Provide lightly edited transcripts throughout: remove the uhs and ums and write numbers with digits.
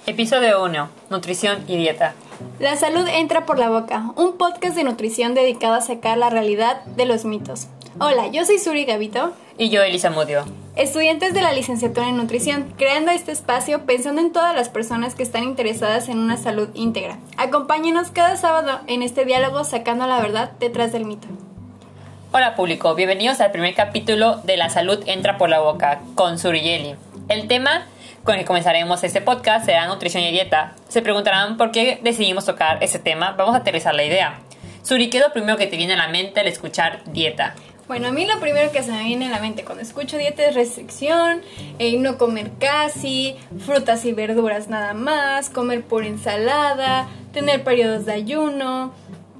Episodio 1. Nutrición y dieta. La salud entra por la boca, un podcast de nutrición dedicado a sacar la realidad de los mitos. Hola, yo soy Suri Gavito. Y yo, Elisa Mudio. Estudiantes de la licenciatura en nutrición, creando este espacio pensando en todas las personas que están interesadas en una salud íntegra. Acompáñenos cada sábado en este diálogo sacando la verdad detrás del mito. Hola público, bienvenidos al primer capítulo de La salud entra por la boca con Suri y Eli. El tema con el que comenzaremos este podcast será nutrición y dieta. Se preguntarán por qué decidimos tocar este tema. Vamos a aterrizar la idea. Suri, ¿qué es lo primero que te viene a la mente al escuchar dieta? Bueno, a mí lo primero que se me viene a la mente cuando escucho dieta es restricción, no comer casi, frutas y verduras nada más, comer por ensalada, tener periodos de ayuno.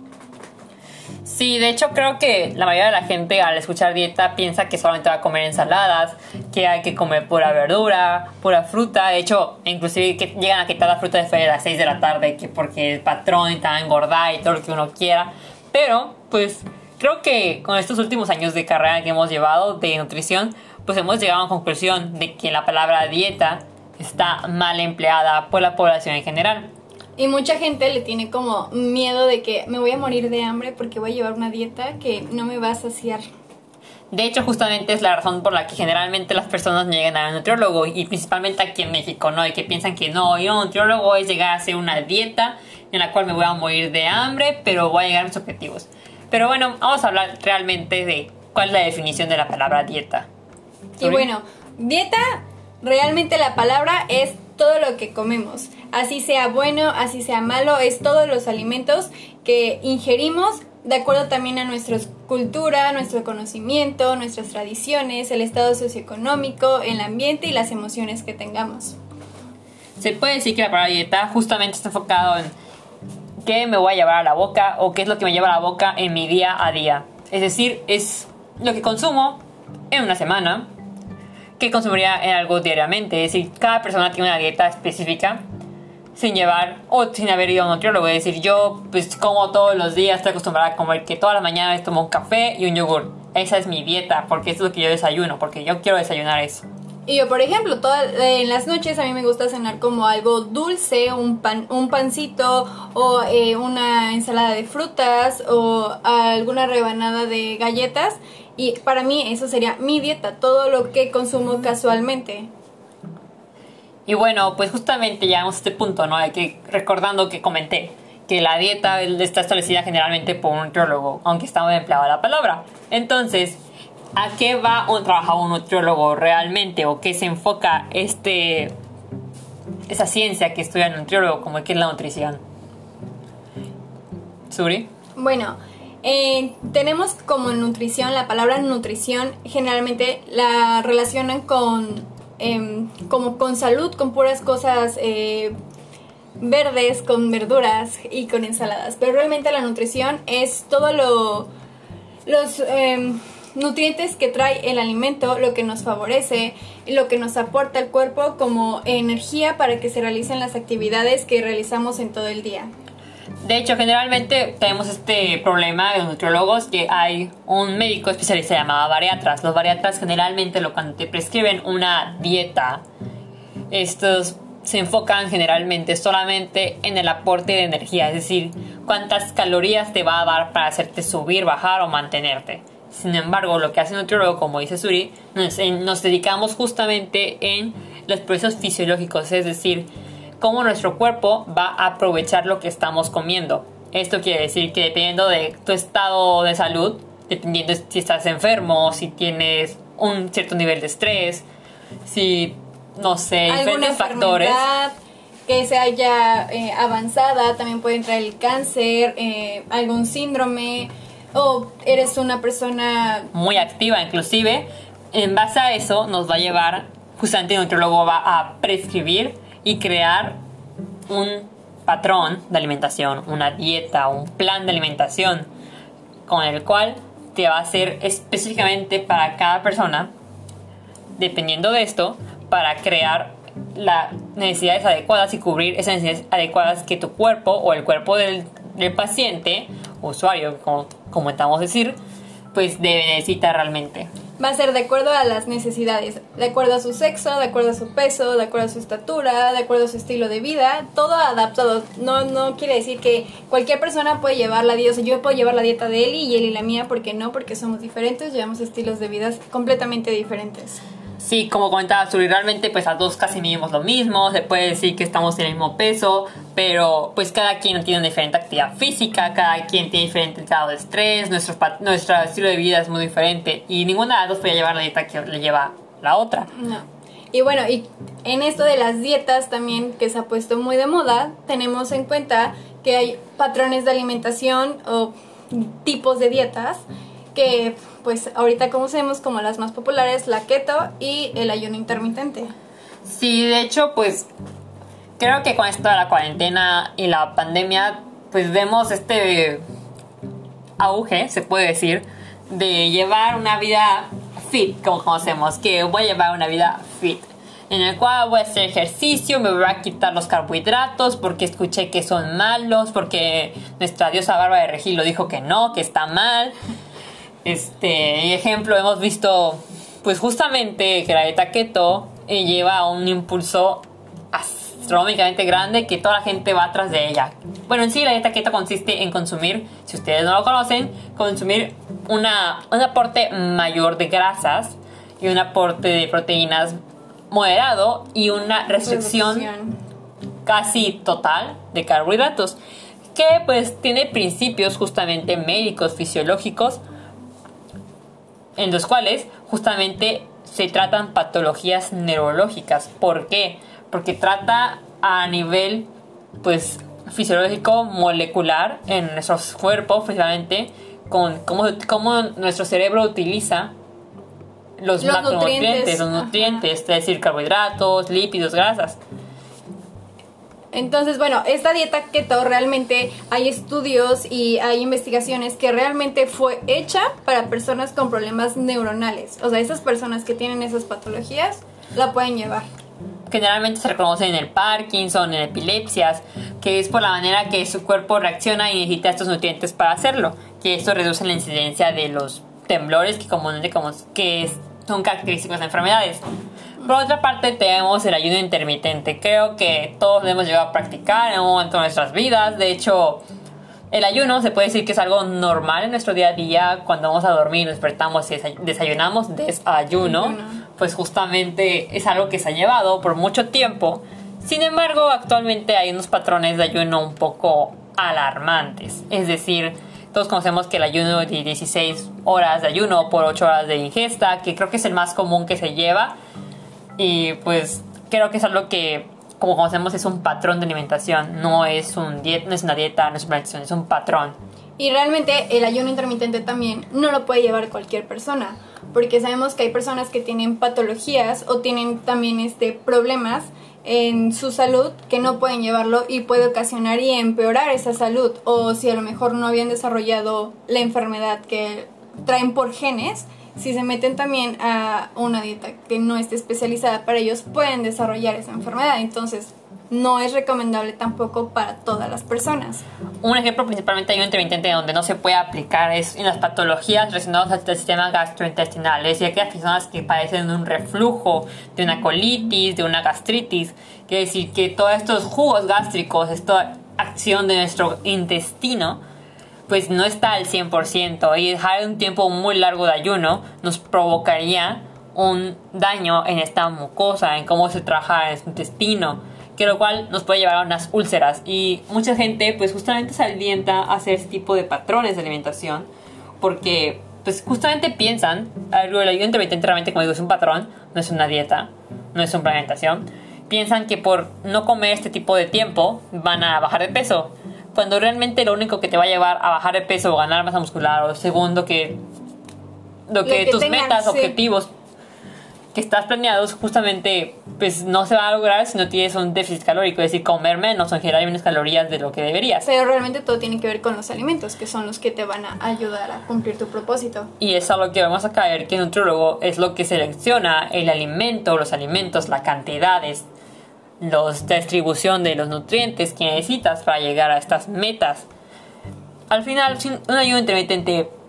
Sí, de hecho creo que la mayoría de la gente al escuchar dieta piensa que solamente va a comer ensaladas, que hay que comer pura verdura, pura fruta. De hecho, inclusive que llegan a quitar la fruta después de las 6 de la tarde, que porque el patrón está a engordar y todo lo que uno quiera. Pero, pues, creo que con estos últimos años de carrera que hemos llevado de nutrición, pues hemos llegado a la conclusión de que la palabra dieta está mal empleada por la población en general. Y mucha gente le tiene como miedo de que me voy a morir de hambre porque voy a llevar una dieta que no me va a saciar. De hecho, justamente es la razón por la que generalmente las personas no llegan al nutriólogo, y principalmente aquí en México, ¿no? Y que piensan que no, ir a un nutriólogo es llegar a hacer una dieta en la cual me voy a morir de hambre, pero voy a llegar a mis objetivos. Pero bueno, vamos a hablar realmente de cuál es la definición de la palabra dieta. Y bueno, dieta, realmente la palabra es todo lo que comemos. Así sea bueno, así sea malo, es todos los alimentos que ingerimos de acuerdo también a nuestra cultura, nuestro conocimiento, nuestras tradiciones, el estado socioeconómico, el ambiente y las emociones que tengamos. Se puede decir que la palabra dieta justamente está enfocado en qué me voy a llevar a la boca o qué es lo que me lleva a la boca en mi día a día. Es decir, es lo que consumo en una semana, que consumiría en algo diariamente. Es decir, cada persona tiene una dieta específica sin llevar o sin haber ido a un nutriólogo. Es decir, yo pues como todos los días, estoy acostumbrada a comer que todas las mañanas tomo un café y un yogur. Esa es mi dieta, porque eso es lo que yo desayuno, porque yo quiero desayunar eso. Y yo, por ejemplo, en las noches a mí me gusta cenar como algo dulce, un pancito o una ensalada de frutas o alguna rebanada de galletas. Y para mí eso sería mi dieta, todo lo que consumo casualmente. Y bueno, pues justamente llegamos a este punto, ¿no? De que, recordando que comenté que la dieta está establecida generalmente por un nutriólogo, aunque está muy empleada la palabra. Entonces, ¿a qué va trabajar un nutriólogo realmente? ¿O qué se enfoca esa ciencia que estudia el nutriólogo, como que es la nutrición? ¿Suri? Bueno, tenemos como nutrición, la palabra nutrición generalmente la relacionan como con salud, con puras cosas verdes, con verduras y con ensaladas. Pero realmente la nutrición es todo los nutrientes que trae el alimento, lo que nos favorece, lo que nos aporta el cuerpo como energía para que se realicen las actividades que realizamos en todo el día. De hecho, generalmente tenemos este problema de los nutriólogos, que hay un médico especialista llamado bariatras. Los bariatras generalmente cuando te prescriben una dieta, estos se enfocan generalmente solamente en el aporte de energía, es decir, cuántas calorías te va a dar para hacerte subir, bajar o mantenerte. Sin embargo, lo que hace el nutriólogo, como dice Suri, nos dedicamos justamente en los procesos fisiológicos, es decir, cómo nuestro cuerpo va a aprovechar lo que estamos comiendo. Esto quiere decir que dependiendo de tu estado de salud, dependiendo si estás enfermo, si tienes un cierto nivel de estrés, si, no sé, diferentes factores. Que se haya avanzada, también puede entrar el cáncer, algún síndrome, o eres una persona muy activa inclusive. En base a eso nos va a llevar, justamente el nutriólogo va a prescribir y crear un patrón de alimentación, una dieta, un plan de alimentación con el cual te va a hacer específicamente para cada persona, dependiendo de esto, para crear las necesidades adecuadas y cubrir esas necesidades adecuadas que tu cuerpo o el cuerpo del paciente, usuario, como intentamos decir, pues necesita realmente. Va a ser de acuerdo a las necesidades, de acuerdo a su sexo, de acuerdo a su peso, de acuerdo a su estatura, de acuerdo a su estilo de vida, todo adaptado. No quiere decir que cualquier persona puede llevar la dieta, o sea, yo puedo llevar la dieta de Eli y Eli la mía, porque no, porque somos diferentes, llevamos estilos de vida completamente diferentes. Sí, como comentaba Suri, realmente pues a todos casi medimos lo mismo, se puede decir que estamos en el mismo peso, pero pues cada quien tiene una diferente actividad física, cada quien tiene diferente grado de estrés, nuestro estilo de vida es muy diferente y ninguna de las dos puede llevar la dieta que le lleva la otra. No. Y bueno, y en esto de las dietas también, que se ha puesto muy de moda, tenemos en cuenta que hay patrones de alimentación o tipos de dietas que pues ahorita conocemos como las más populares, la keto y el ayuno intermitente. Sí, de hecho, pues creo que con esto de la cuarentena y la pandemia, pues vemos este auge, se puede decir, de llevar una vida fit, como conocemos, que voy a llevar una vida fit, en el cual voy a hacer ejercicio, me voy a quitar los carbohidratos porque escuché que son malos, porque nuestra diosa Bárbara de Regil lo dijo que no, que está mal. Ejemplo, hemos visto pues justamente que la dieta keto lleva un impulso astronómicamente grande que toda la gente va atrás de ella. Bueno, en sí la dieta keto consiste en consumir, si ustedes no lo conocen, consumir un aporte mayor de grasas y un aporte de proteínas moderado y una restricción casi total de carbohidratos, que pues tiene principios justamente médicos, fisiológicos, en los cuales justamente se tratan patologías neurológicas. ¿Por qué? Porque trata a nivel pues fisiológico, molecular en nuestros cuerpos, precisamente con cómo nuestro cerebro utiliza los macronutrientes, los nutrientes, es decir, carbohidratos, lípidos, grasas. Entonces, bueno, esta dieta keto realmente hay estudios y hay investigaciones que realmente fue hecha para personas con problemas neuronales. O sea, esas personas que tienen esas patologías la pueden llevar. Generalmente se reconoce en el Parkinson, en epilepsias, que es por la manera que su cuerpo reacciona y necesita estos nutrientes para hacerlo, que esto reduce la incidencia de los temblores que comúnmente son característicos de enfermedades. Por otra parte, tenemos el ayuno intermitente. Creo que todos lo hemos llegado a practicar en un momento de nuestras vidas. De hecho, el ayuno se puede decir que es algo normal en nuestro día a día. Cuando vamos a dormir, nos despertamos y desayunamos, desayuno. Pues justamente es algo que se ha llevado por mucho tiempo. Sin embargo, actualmente hay unos patrones de ayuno un poco alarmantes. Es decir, todos conocemos que el ayuno de 16 horas de ayuno por 8 horas de ingesta, que creo que es el más común que se lleva. Y pues creo que es algo que, como conocemos, es un patrón de alimentación. No es una dieta, no es una alimentación, es un patrón. Y realmente el ayuno intermitente también no lo puede llevar cualquier persona, porque sabemos que hay personas que tienen patologías o tienen también problemas en su salud que no pueden llevarlo y puede ocasionar y empeorar esa salud, o si a lo mejor no habían desarrollado la enfermedad que traen por genes, si se meten también a una dieta que no esté especializada para ellos, pueden desarrollar esa enfermedad. Entonces no es recomendable tampoco para todas las personas. Un ejemplo principalmente ayuno intermitente donde no se puede aplicar es en las patologías relacionadas al sistema gastrointestinal, es decir, aquellas personas que padecen de un reflujo, de una colitis, de una gastritis. Quiere decir que todos estos jugos gástricos, esta acción de nuestro intestino, pues no está al 100%, y dejar un tiempo muy largo de ayuno nos provocaría un daño en esta mucosa, en cómo se trabaja en el intestino, que lo cual nos puede llevar a unas úlceras. Y mucha gente pues justamente se alienta a hacer este tipo de patrones de alimentación porque pues justamente piensan, el ayuno intermitente realmente, como digo, es un patrón, no es una dieta, no es una alimentación. Piensan que por no comer este tipo de tiempo van a bajar de peso, cuando realmente lo único que te va a llevar a bajar de peso o ganar masa muscular, o segundo que tus metas, objetivos que estás planeados, justamente pues no se va a lograr si no tienes un déficit calórico, es decir, comer menos o ingerir menos calorías de lo que deberías. Pero realmente todo tiene que ver con los alimentos, que son los que te van a ayudar a cumplir tu propósito. Y es a lo que vamos a caer, que el nutriólogo es lo que selecciona el alimento, los alimentos, las cantidades, la distribución de los nutrientes que necesitas para llegar a estas metas. Al final, un ayuno intermitente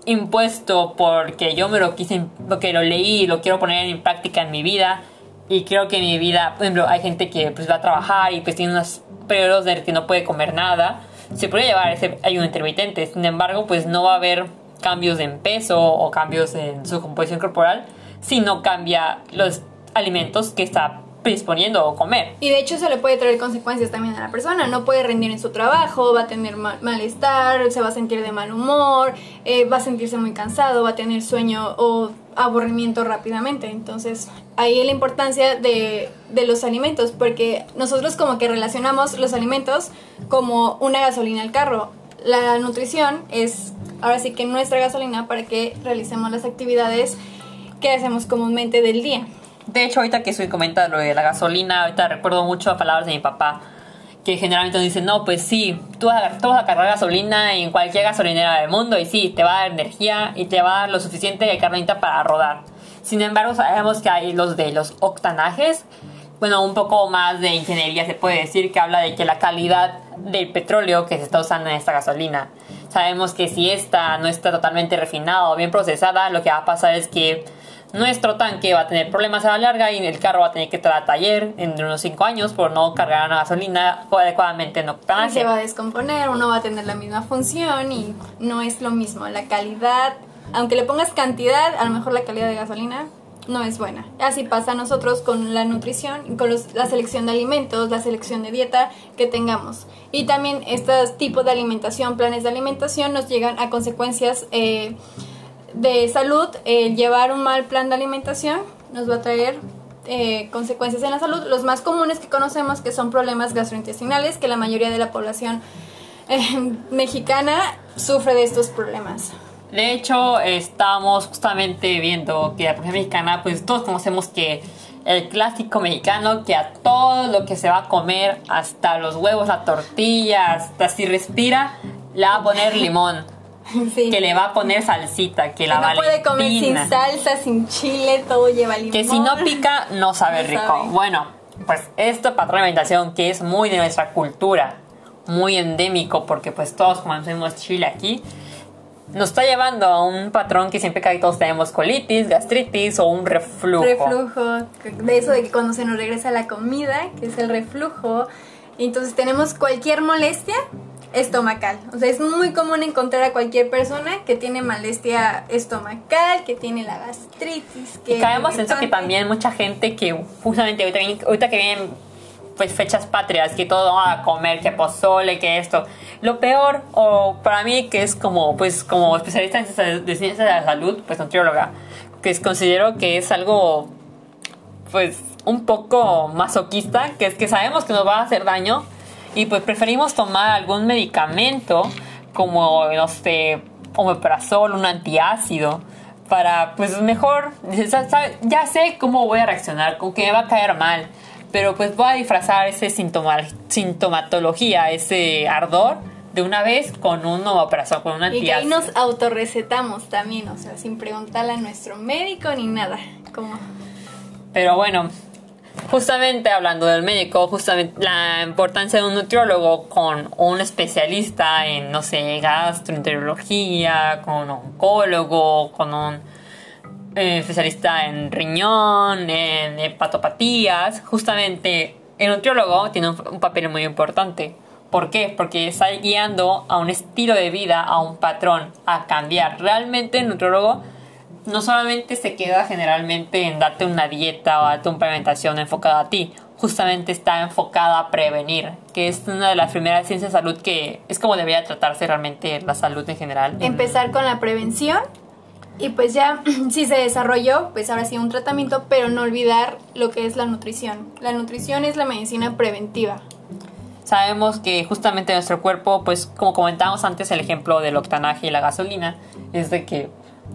impuesto porque yo me lo quise, porque lo leí y lo quiero poner en práctica en mi vida. Y creo que en mi vida, por ejemplo, hay gente que pues va a trabajar y pues tiene unos periodos en los que no puede comer nada. Se puede llevar ese ayuno intermitente. Sin embargo, pues no va a haber cambios en peso o cambios en su composición corporal si no cambia los alimentos que está predisponiendo o comer. Y de hecho eso le puede traer consecuencias también a la persona. No puede rendir en su trabajo, va a tener malestar, se va a sentir de mal humor, va a sentirse muy cansado, va a tener sueño o aburrimiento rápidamente. Entonces ahí la importancia de los alimentos, porque nosotros como que relacionamos los alimentos como una gasolina al carro. La nutrición es ahora sí que nuestra gasolina para que realicemos las actividades que hacemos comúnmente del día. De hecho, ahorita que estoy comentando lo de la gasolina, ahorita recuerdo mucho palabras de mi papá, que generalmente nos dicen, no, pues sí, tú vas a cargar gasolina en cualquier gasolinera del mundo y sí, te va a dar energía y te va a dar lo suficiente de carnita para rodar. Sin embargo, sabemos que hay los de los octanajes, bueno, un poco más de ingeniería se puede decir, que habla de que la calidad del petróleo que se está usando en esta gasolina. Sabemos que si esta no está totalmente refinada o bien procesada, lo que va a pasar es que nuestro tanque va a tener problemas a la larga y el carro va a tener que estar a taller en unos 5 años por no cargar la gasolina adecuadamente en octanaje. Se va a descomponer, uno va a tener la misma función y no es lo mismo. La calidad, aunque le pongas cantidad, a lo mejor la calidad de gasolina no es buena. Así pasa a nosotros con la nutrición, con la selección de alimentos, la selección de dieta que tengamos. Y también estos tipos de alimentación, planes de alimentación, nos llegan a consecuencias de salud. Llevar un mal plan de alimentación nos va a traer consecuencias en la salud. Los más comunes que conocemos, que son problemas gastrointestinales, que la mayoría de la población mexicana sufre de estos problemas. De hecho, estamos justamente viendo que la población mexicana, pues todos conocemos que el clásico mexicano, que a todo lo que se va a comer, hasta los huevos, la tortilla, hasta si respira, le va a poner limón. Sí. Que le va a poner salsita, que la Valentina. No puede comer sin salsa, sin chile, todo lleva limón. Que si no pica, no sabe rico. Sabe. Bueno, pues este patrón de alimentación que es muy de nuestra cultura, muy endémico, porque pues todos comemos chile aquí, nos está llevando a un patrón que siempre que todos tenemos colitis, gastritis o un reflujo. Reflujo, de eso de que cuando se nos regresa la comida, que es el reflujo, entonces tenemos cualquier molestia estomacal. O sea, es muy común encontrar a cualquier persona que tiene molestia estomacal, que tiene la gastritis. Y caemos en eso que también mucha gente que justamente ahorita que vienen pues fechas patrias, que todo va a comer, que pozole, que esto. Lo peor, o para mí que es como especialista en de ciencias de la salud, pues nutrióloga, que considero que es algo pues un poco masoquista, que es que sabemos que nos va a hacer daño y pues preferimos tomar algún medicamento como, no sé, omeprazol, un antiácido, para pues mejor, ya sé cómo voy a reaccionar, con que me va a caer mal, pero pues voy a disfrazar ese sintomatología, ese ardor de una vez con un omeprazol, con un antiácido. Y que ahí nos autorrecetamos también, o sea, sin preguntarle a nuestro médico ni nada, como... Pero bueno, justamente hablando del médico, justamente la importancia de un nutriólogo con un especialista en, no sé, gastroenterología, con un oncólogo, con un especialista en riñón, en hepatopatías. Justamente el nutriólogo tiene un papel muy importante. ¿Por qué? Porque está guiando a un estilo de vida, a un patrón, a cambiar. Realmente el nutriólogo no solamente se queda generalmente en darte una dieta o darte una alimentación enfocada a ti, justamente está enfocada a prevenir, que es una de las primeras ciencias de salud que es como debería tratarse realmente la salud en general. Empezar con la prevención y pues ya si se desarrolló, pues ahora sí un tratamiento, pero no olvidar lo que es la nutrición. La nutrición es la medicina preventiva. Sabemos que justamente nuestro cuerpo, pues como comentábamos antes el ejemplo del octanaje y la gasolina, es de que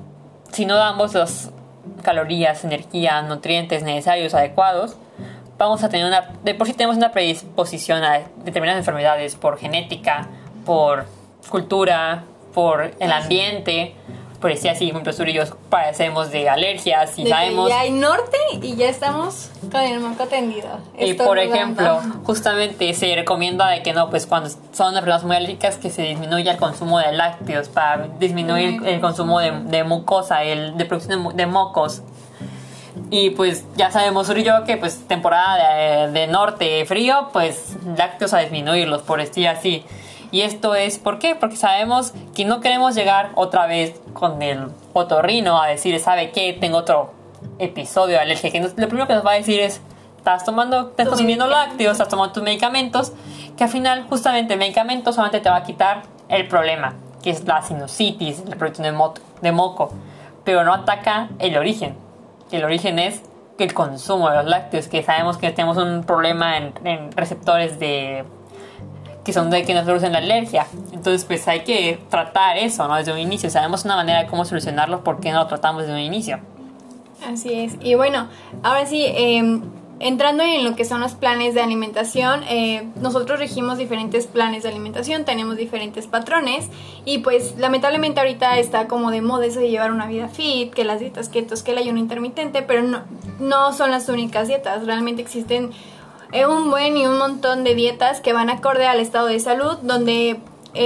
si no damos las calorías, energía, nutrientes necesarios, adecuados, vamos a tener de por sí tenemos una predisposición a determinadas enfermedades por genética, por cultura, por el ambiente, Por decir así, por ejemplo, tú y yo padecemos de alergias y De sabemos... que ya hay norte y ya estamos con el moco tendido. Y por ejemplo, justamente se recomienda de que no, pues cuando son personas muy alérgicas que se disminuya el consumo de lácteos para disminuir el consumo de mucosa, de producción de mocos. Y pues ya sabemos tú y yo que pues temporada de norte frío, pues lácteos a disminuirlos, por decir así. Y esto es, ¿por qué? Porque sabemos que no queremos llegar otra vez con el otorrino a decir, ¿sabe qué? Tengo otro episodio de alergia. Que lo primero que nos va a decir es, estás consumiendo lácteos, estás tomando tus medicamentos, que al final justamente el medicamento solamente te va a quitar el problema, que es la sinusitis, la producción de moco, pero no ataca el origen. El origen es el consumo de los lácteos, que sabemos que tenemos un problema en receptores que son de que nos producen la alergia. Entonces pues hay que tratar eso, ¿no? Desde un inicio. Sabemos una manera de cómo solucionarlo, ¿por qué no lo tratamos desde un inicio? Así es. Y bueno, ahora sí, entrando en lo que son los planes de alimentación, nosotros regimos diferentes planes de alimentación, tenemos diferentes patrones y pues lamentablemente ahorita está como de moda eso de llevar una vida fit, que las dietas ketos, que el ayuno intermitente, pero no son las únicas dietas, realmente existen un buen y un montón de dietas que van acorde al estado de salud, donde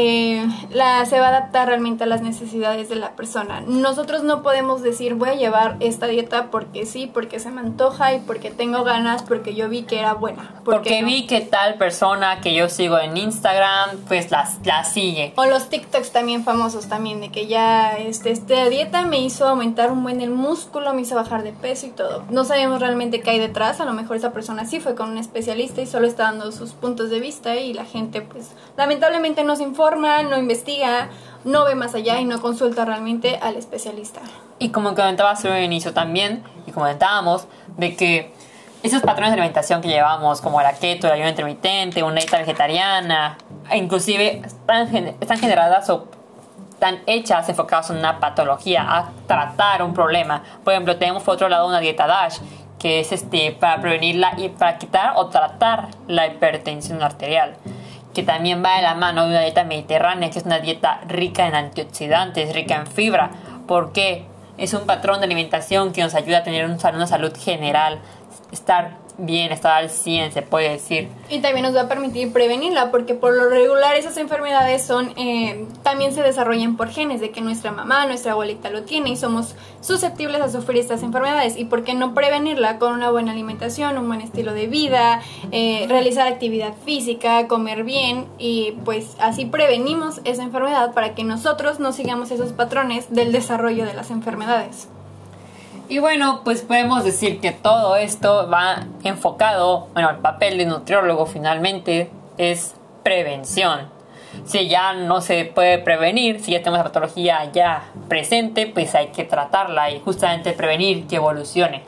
se va a adaptar realmente a las necesidades de la persona. Nosotros no podemos decir voy a llevar esta dieta porque sí, porque se me antoja y porque tengo ganas, porque yo vi que era buena. Porque no? vi que tal persona que yo sigo en Instagram pues la sigue. O los TikToks también famosos también, de que ya esta dieta me hizo aumentar un buen el músculo, me hizo bajar de peso y todo. No sabemos realmente qué hay detrás, a lo mejor esa persona sí fue con un especialista y solo está dando sus puntos de vista y la gente pues lamentablemente no se informa, no investiga, no ve más allá y no consulta realmente al especialista. Y como comentabas al inicio también, y comentábamos, de que esos patrones de alimentación que llevamos, como la keto, el ayuno intermitente, una dieta vegetariana, inclusive están generadas o están hechas enfocadas en una patología, a tratar un problema. Por ejemplo, tenemos por otro lado una dieta DASH, que es para prevenirla y para quitar o tratar la hipertensión arterial, que también va de la mano de una dieta mediterránea, que es una dieta rica en antioxidantes, rica en fibra, porque es un patrón de alimentación que nos ayuda a tener una salud general, estar bien, estar al 100, se puede decir. Y también nos va a permitir prevenirla, porque por lo regular esas enfermedades también se desarrollan por genes, de que nuestra mamá, nuestra abuelita lo tiene y somos susceptibles a sufrir estas enfermedades. ¿Y por qué no prevenirla con una buena alimentación, un buen estilo de vida, realizar actividad física, comer bien? Y pues así prevenimos esa enfermedad para que nosotros no sigamos esos patrones del desarrollo de las enfermedades. Y bueno, pues podemos decir que todo esto va enfocado, bueno, el papel de nutriólogo finalmente es prevención. Si ya no se puede prevenir, si ya tenemos la patología ya presente, pues hay que tratarla y justamente prevenir que evolucione.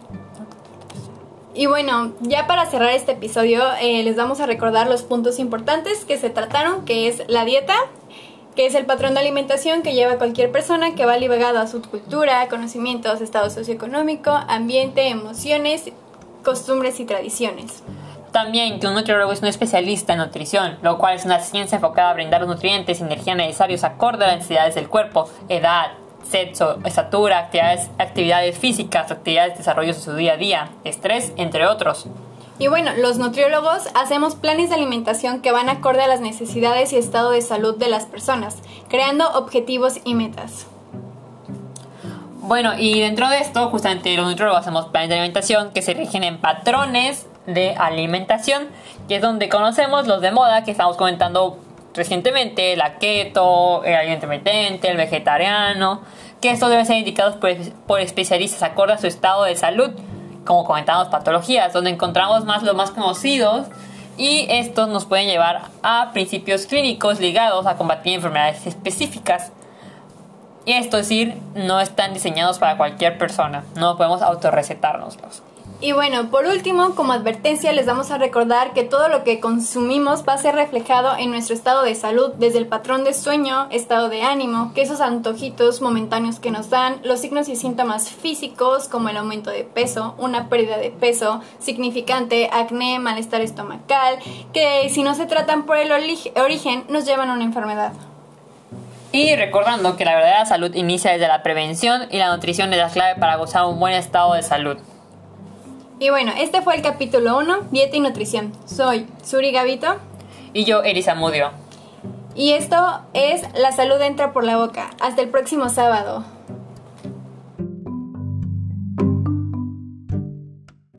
Y bueno, ya para cerrar este episodio, les vamos a recordar los puntos importantes que se trataron, que es la dieta, que es el patrón de alimentación que lleva cualquier persona, que va ligado a su cultura, conocimientos, estado socioeconómico, ambiente, emociones, costumbres y tradiciones. También que un nutriólogo es un especialista en nutrición, lo cual es una ciencia enfocada a brindar los nutrientes y energía necesarios acorde a las necesidades del cuerpo, edad, sexo, estatura, actividades físicas, actividades de desarrollo de su día a día, estrés, entre otros. Y bueno, los nutriólogos hacemos planes de alimentación que van acorde a las necesidades y estado de salud de las personas, creando objetivos y metas. Bueno, y dentro de esto, justamente los nutriólogos hacemos planes de alimentación que se rigen en patrones de alimentación, que es donde conocemos los de moda que estamos comentando recientemente, la keto, el ayuno intermitente, el vegetariano, que estos deben ser indicados por especialistas acorde a su estado de salud, como comentamos, patologías, donde encontramos los más conocidos, y estos nos pueden llevar a principios clínicos ligados a combatir enfermedades específicas. Y esto es decir, no están diseñados para cualquier persona, no podemos autorrecetárnoslos. Y bueno, por último, como advertencia, les vamos a recordar que todo lo que consumimos va a ser reflejado en nuestro estado de salud, desde el patrón de sueño, estado de ánimo, que esos antojitos momentáneos que nos dan, los signos y síntomas físicos como el aumento de peso, una pérdida de peso significante, acné, malestar estomacal, que si no se tratan por el origen nos llevan a una enfermedad. Y recordando que la verdadera salud inicia desde la prevención y la nutrición es la clave para gozar un buen estado de salud. Y bueno, este fue el capítulo 1, dieta y nutrición. Soy Suri Gavito. Y yo, Erisa Mudio. Y esto es La salud entra por la boca. Hasta el próximo sábado.